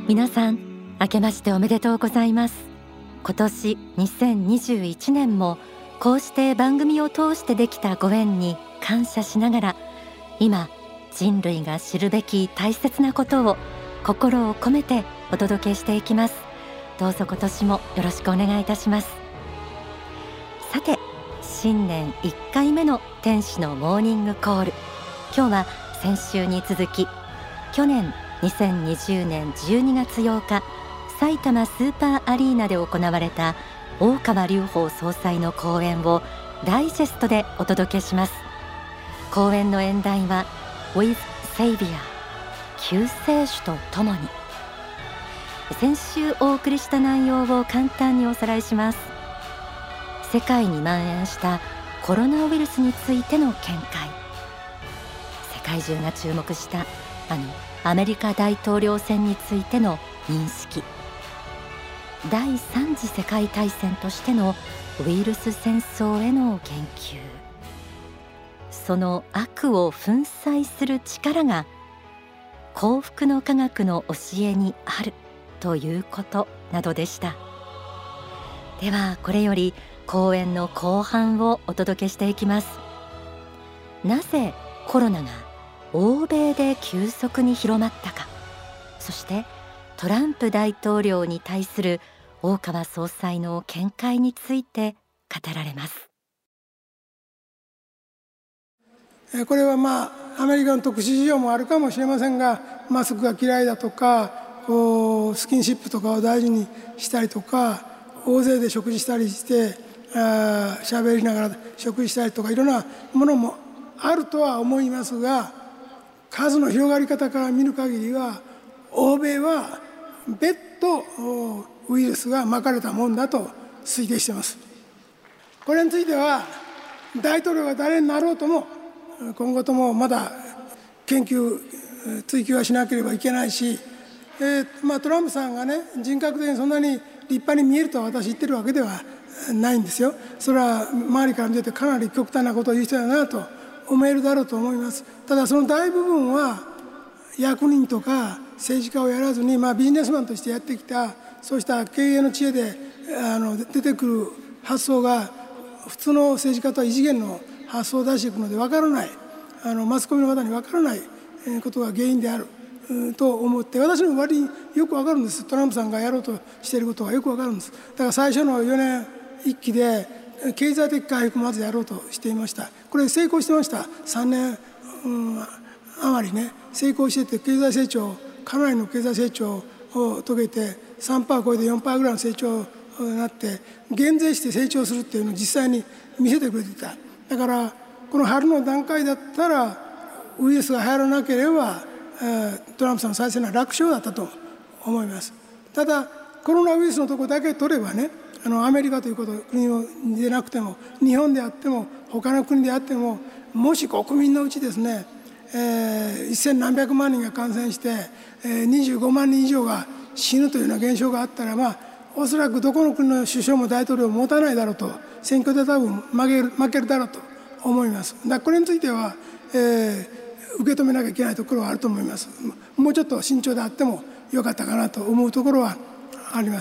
皆さん明けましておめでとうございます。今年2021年もこうして番組を通してできたご縁に感謝しながら、今人類が知るべき大切なことを心を込めてお届けしていきます。どうぞ今年もよろしくお願いいたします。さて、新年1回目の天使のモーニングコール、今日は先週に続き、去年2020年12月8日埼玉スーパーアリーナで行われた大川隆法総裁の講演をダイジェストでお届けします。講演の演題は With Savior 救世主とともに。先週お送りした内容を簡単におさらいします。世界に蔓延したコロナウイルスについての見解、世界中が注目したアメリカ大統領選についての認識、第3次世界大戦としてのウイルス戦争への言及、その悪を粉砕する力が幸福の科学の教えにあるということなどでした。ではこれより講演の後半をお届けしていきます。なぜコロナが欧米で急速に広まったか、そしてトランプ大統領に対する大川総裁の見解について語られます。 これはアメリカの特殊事情もあるかもしれませんが、マスクが嫌いだとか、スキンシップとかを大事にしたりとか、大勢で食事したりして喋りながら食事したりとか、いろんなものもあるとは思いますが、数の広がり方から見る限りは欧米は別途ウイルスがまかれたもんだと推定しています。これについては大統領が誰になろうとも今後ともまだ研究追求はしなければいけないし、トランプさんがね、人格的にそんなに立派に見えるとは私言ってるわけではないんですよ。それは周りから見ててかなり極端なことを言う人だなと思えるだろうと思います。ただその大部分は役人とか政治家をやらずに、ビジネスマンとしてやってきた、そうした経営の知恵で出てくる発想が普通の政治家とは異次元の発想を出していくので分からない、マスコミの方に分からないことが原因であると思って、私の割によく分かるんです。トランプさんがやろうとしていることがよく分かるんです。だから最初の4年1期で経済的回復をまずやろうとしていました。これ成功してました。3年余りね、成功してて、経済成長、かなりの経済成長を遂げて 3% 超えて 4% ぐらいの成長になって、減税して成長するっていうのを実際に見せてくれていた。だからこの春の段階だったらウイルスが流行らなければトランプさんの再選は楽勝だったと思います。ただコロナウイルスのところだけ取ればね、アメリカという国でなくても、日本であっても他の国であっても、もし国民のうちですね、1000何百万人が感染して25万人以上が死ぬというような現象があったら、おそらくどこの国の首相も大統領も持たないだろうと、選挙で多分負けるだろうと思います。だからこれについては、受け止めなきゃいけないところはあると思います。もうちょっと慎重であってもよかったかなと思うところはあります。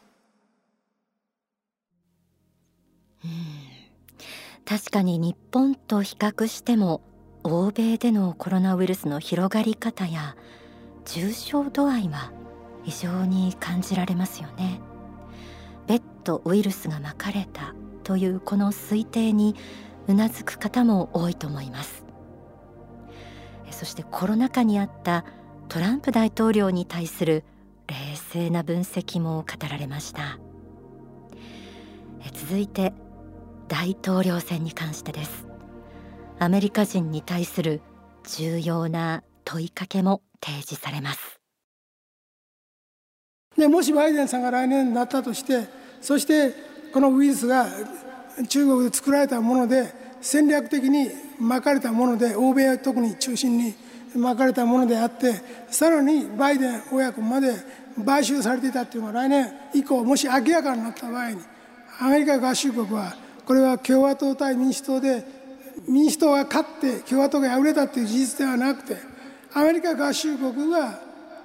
確かに日本と比較しても欧米でのコロナウイルスの広がり方や重症度合いは非常に感じられますよね。別途ウイルスがまかれたというこの推定にうなずく方も多いと思います。そしてコロナ禍にあったトランプ大統領に対する冷静な分析も語られました。続いて大統領選に関してです。アメリカ人に対する重要な問いかけも提示されます。 でもしバイデンさんが来年になったとして、そしてこのウイルスが中国で作られたもので、戦略的にまかれたもので、欧米特に中心にまかれたものであって、さらにバイデン親子まで買収されていたというのが来年以降もし明らかになった場合に、アメリカ合衆国はこれは共和党対民主党で、民主党が勝って共和党が敗れたという事実ではなくて、アメリカ合衆国が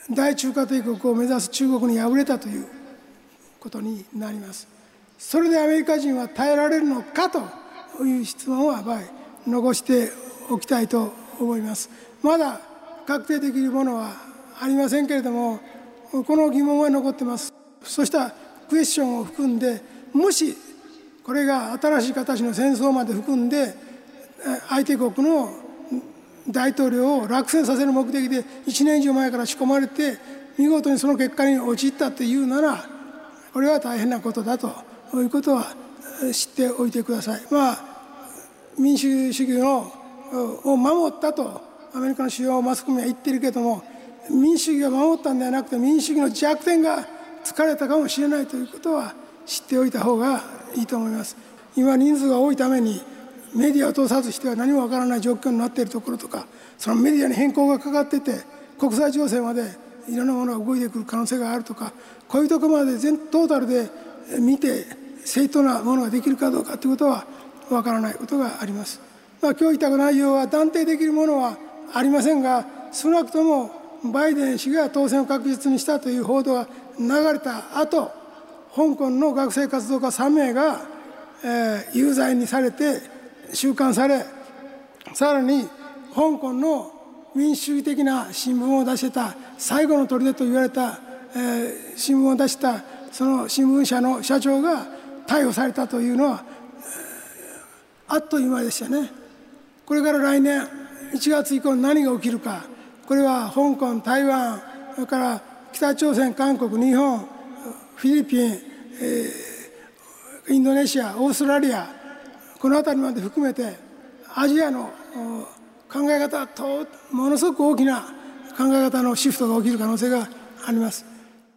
大中華帝国を目指す中国に敗れたということになります。それでアメリカ人は耐えられるのかという質問をやっぱり残しておきたいと思います。まだ確定できるものはありませんけれども、この疑問は残っています。そうしたクエスチョンを含んで、もしこれが新しい形の戦争まで含んで相手国の大統領を落選させる目的で1年以上前から仕込まれて見事にその結果に陥ったというなら、これは大変なことだということは知っておいてください。民主主義を守ったとアメリカの主要マスコミは言ってるけども、民主主義を守ったんではなくて民主主義の弱点が疲れたかもしれないということは知っておいた方がいいと思います。今人数が多いためにメディアを通さずしては何もわからない状況になっているところとか、そのメディアに変更がかかっていて国際情勢までいろんなものが動いてくる可能性があるとか、こういうところまでトータルで見て正当なものができるかどうかということはわからないことがあります。今日言った内容は断定できるものはありませんが、少なくともバイデン氏が当選を確実にしたという報道が流れた後、香港の学生活動家3名が、有罪にされて収監され、さらに香港の民主主義的な新聞を出してた最後の砦と言われた、新聞を出したその新聞社の社長が逮捕されたというのは、あっという間でしたね。これから来年1月以降に何が起きるか、これは香港、台湾、それから北朝鮮、韓国、日本、フィリピン、インドネシア、オーストラリア、この辺りまで含めてアジアの考え方とものすごく大きな考え方のシフトが起きる可能性があります。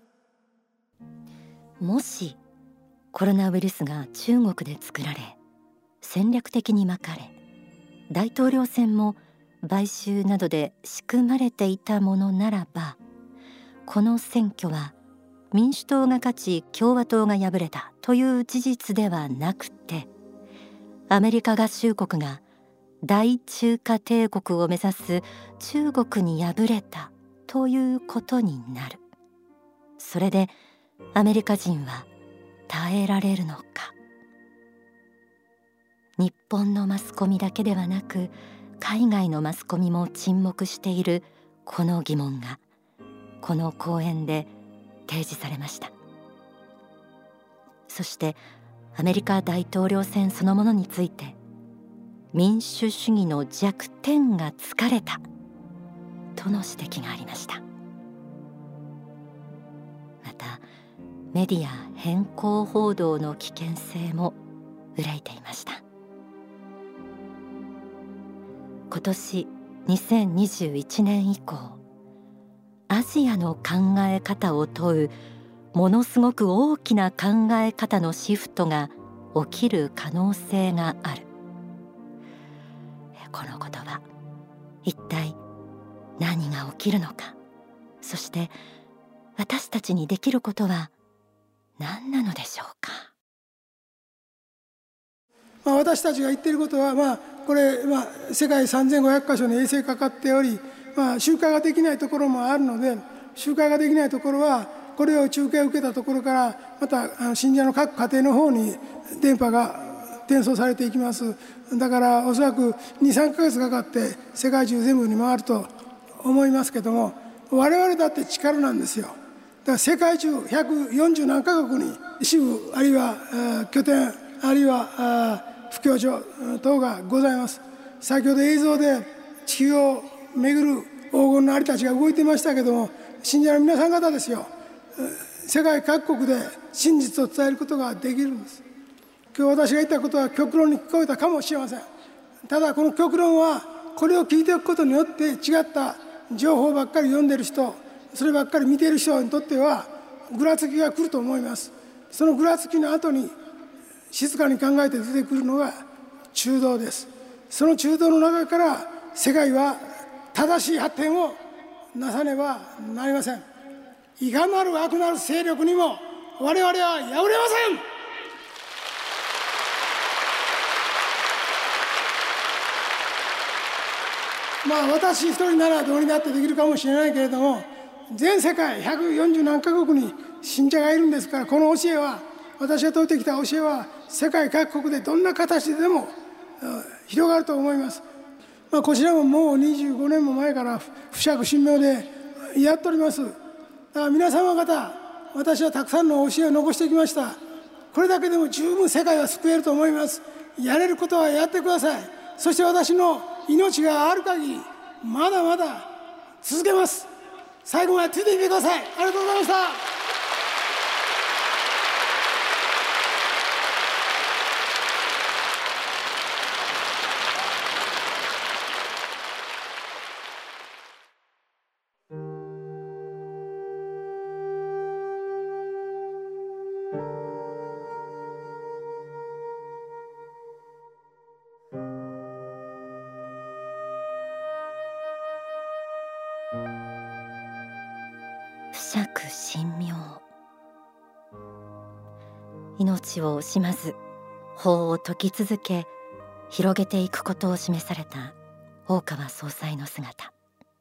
もしコロナウイルスが中国で作られ戦略的にまかれ、大統領選も買収などで仕組まれていたものならば、この選挙は民主党が勝ち共和党が敗れたという事実ではなくて、アメリカ合衆国が大中華帝国を目指す中国に敗れたということになる。それでアメリカ人は耐えられるのか。日本のマスコミだけではなく海外のマスコミも沈黙しているこの疑問がこの講演で提示されました。そしてアメリカ大統領選そのものについて、民主主義の弱点が疲れたとの指摘がありました。またメディア偏向報道の危険性も憂いていました。今年2021年以降、アジアの考え方を問うものすごく大きな考え方のシフトが起きる可能性がある。このことは一体何が起きるのか、そして私たちにできることは何なのでしょうか。 私たちが言っていることは、これ、世界3500カ所に衛星かかっており、集会ができないところもあるので、集会ができないところはこれを中継を受けたところからまた信者の各家庭の方に電波が転送されていきます。だからおそらく 2,3 ヶ月かかって世界中全部に回ると思いますけども、我々だって力なんですよ。だから世界中140何カ国に支部あるいは拠点あるいは布教所等がございます。先ほど映像で地球を巡る黄金のアリたちが動いていましたけども、信者の皆さん方ですよ。世界各国で真実を伝えることができるんです。今日私が言ったことは極論に聞こえたかもしれません。ただこの極論はこれを聞いておくことによって違った情報ばっかり読んでいる人、そればっかり見ている人にとってはぐらつきが来ると思います。そのぐらつきの後に静かに考えて出てくるのが中道です。その中道の中から世界は正しい発展をなさねばなりません。いかなる悪なる勢力にも我々は敗れません。私一人ならどうにだってできるかもしれないけれども、 全世界140何カ国に信者がいるんですから、この教えは、私が説いてきた教えは世界各国でどんな形でも広がると思います。こちらももう25年も前から不釈神明でやっております。だから皆様方、私はたくさんの教えを残してきました。これだけでも十分世界は救えると思います。やれることはやってください。そして私の命がある限りまだまだ続けます。最後までついていてください。ありがとうございました。 不釈神明。命を惜しまず法を説き続け広げていくことを示された大川総裁の姿。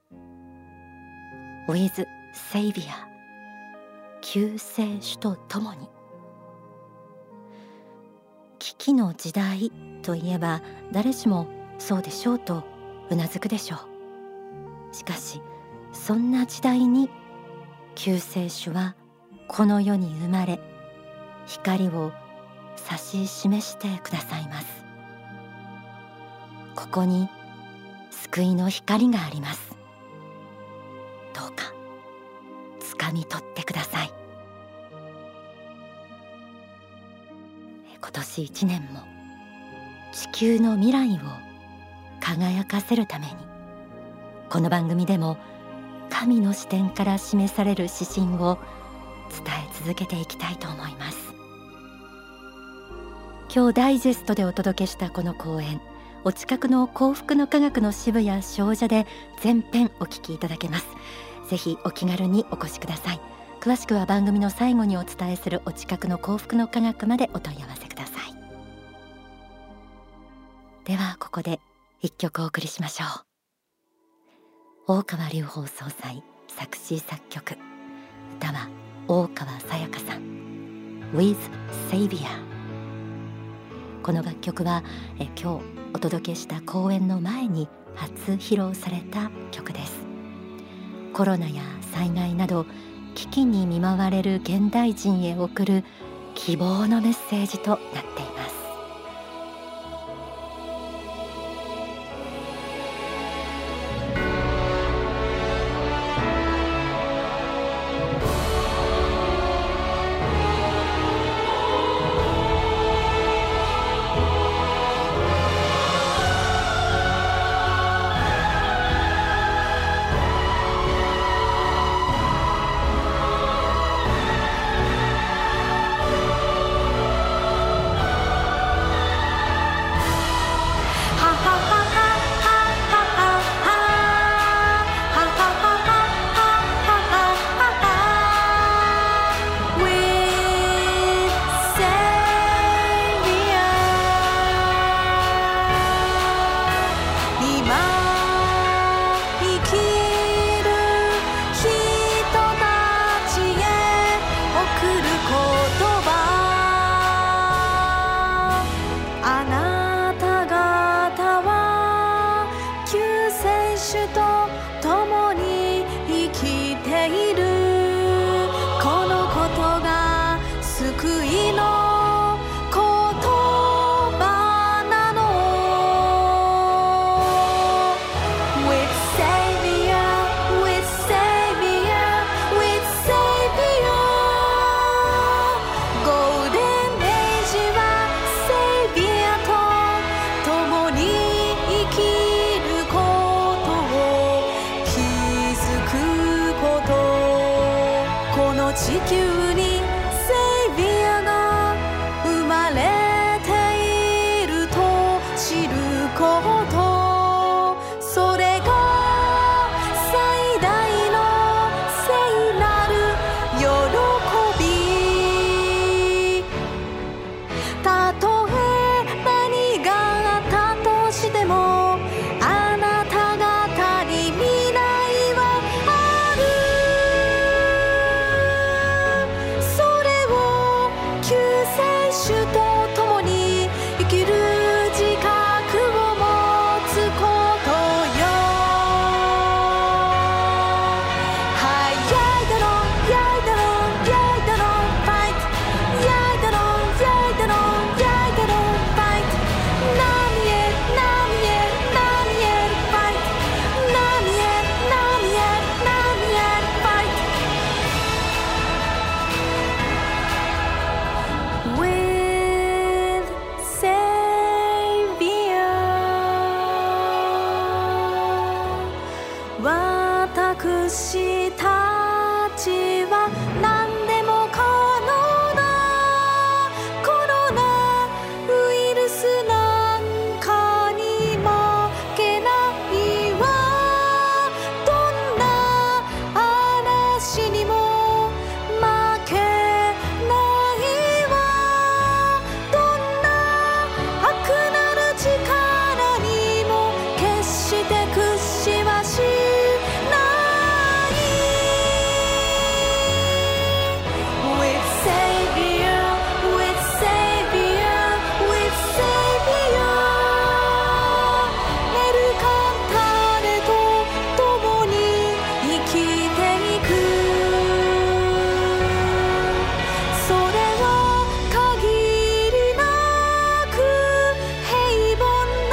With Savior、 救世主とともに。危機の時代といえば誰しもそうでしょうとうなずくでしょう。しかしそんな時代に救世主はこの世に生まれ、光を指し示してくださいます。ここに救いの光があります。どうか掴み取ってください。今年1年も地球の未来を輝かせるために、この番組でも神の視点から示される指針を伝え続けていきたいと思います。今日ダイジェストでお届けしたこの講演、お近くの幸福の科学の支部や商社で全編お聞きいただけます。ぜひお気軽にお越しください。詳しくは番組の最後にお伝えするお近くの幸福の科学までお問い合わせください。ではここで一曲お送りしましょう。大川隆法総裁作詞作曲、歌は大川さやかさん、 With Savior。 この楽曲は今日お届けした講演の前に初披露された曲です。コロナや災害など危機に見舞われる現代人へ送る希望のメッセージとなっています。 士たちは何でも可能なコロナウイルスなんかに負けないわ。どんな嵐にも負けないわ。どんな悪なる力にも決して屈しはしない。 With Savior, with Savior, with Savior エルカンターレと共に生きていく。それは限りなく平凡な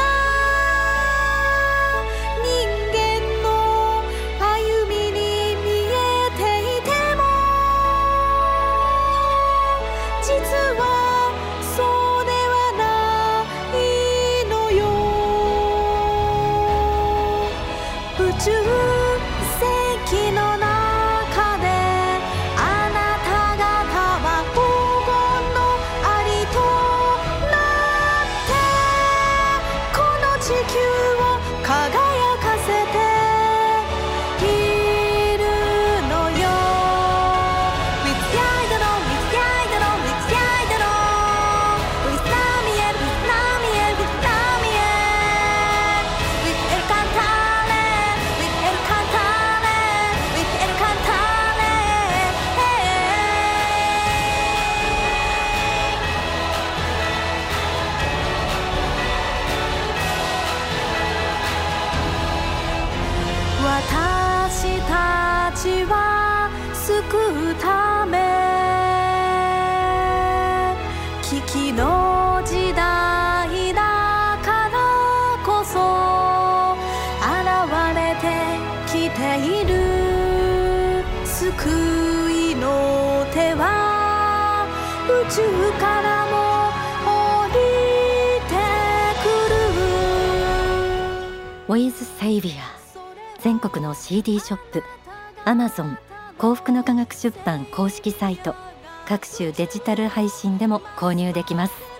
人間の歩みに見えていても、実はそうではないのよ。宇宙世紀の中であなた方は黄金のアリとなってこの地球を輝かせているのよ。 With Yaidano, with Yaidano, with Yaidano, with Namiel, with Namiel, with Namiel, with El Cantare, with El Cantare, with El Cantare. 私たちは救うため危機の時代だからこそ現れてきている。救いの手は宇宙からも降りてくる。 With Savior 全国の CD ショップ、Amazon、幸福の科学出版公式サイト、各種デジタル配信でも購入できます。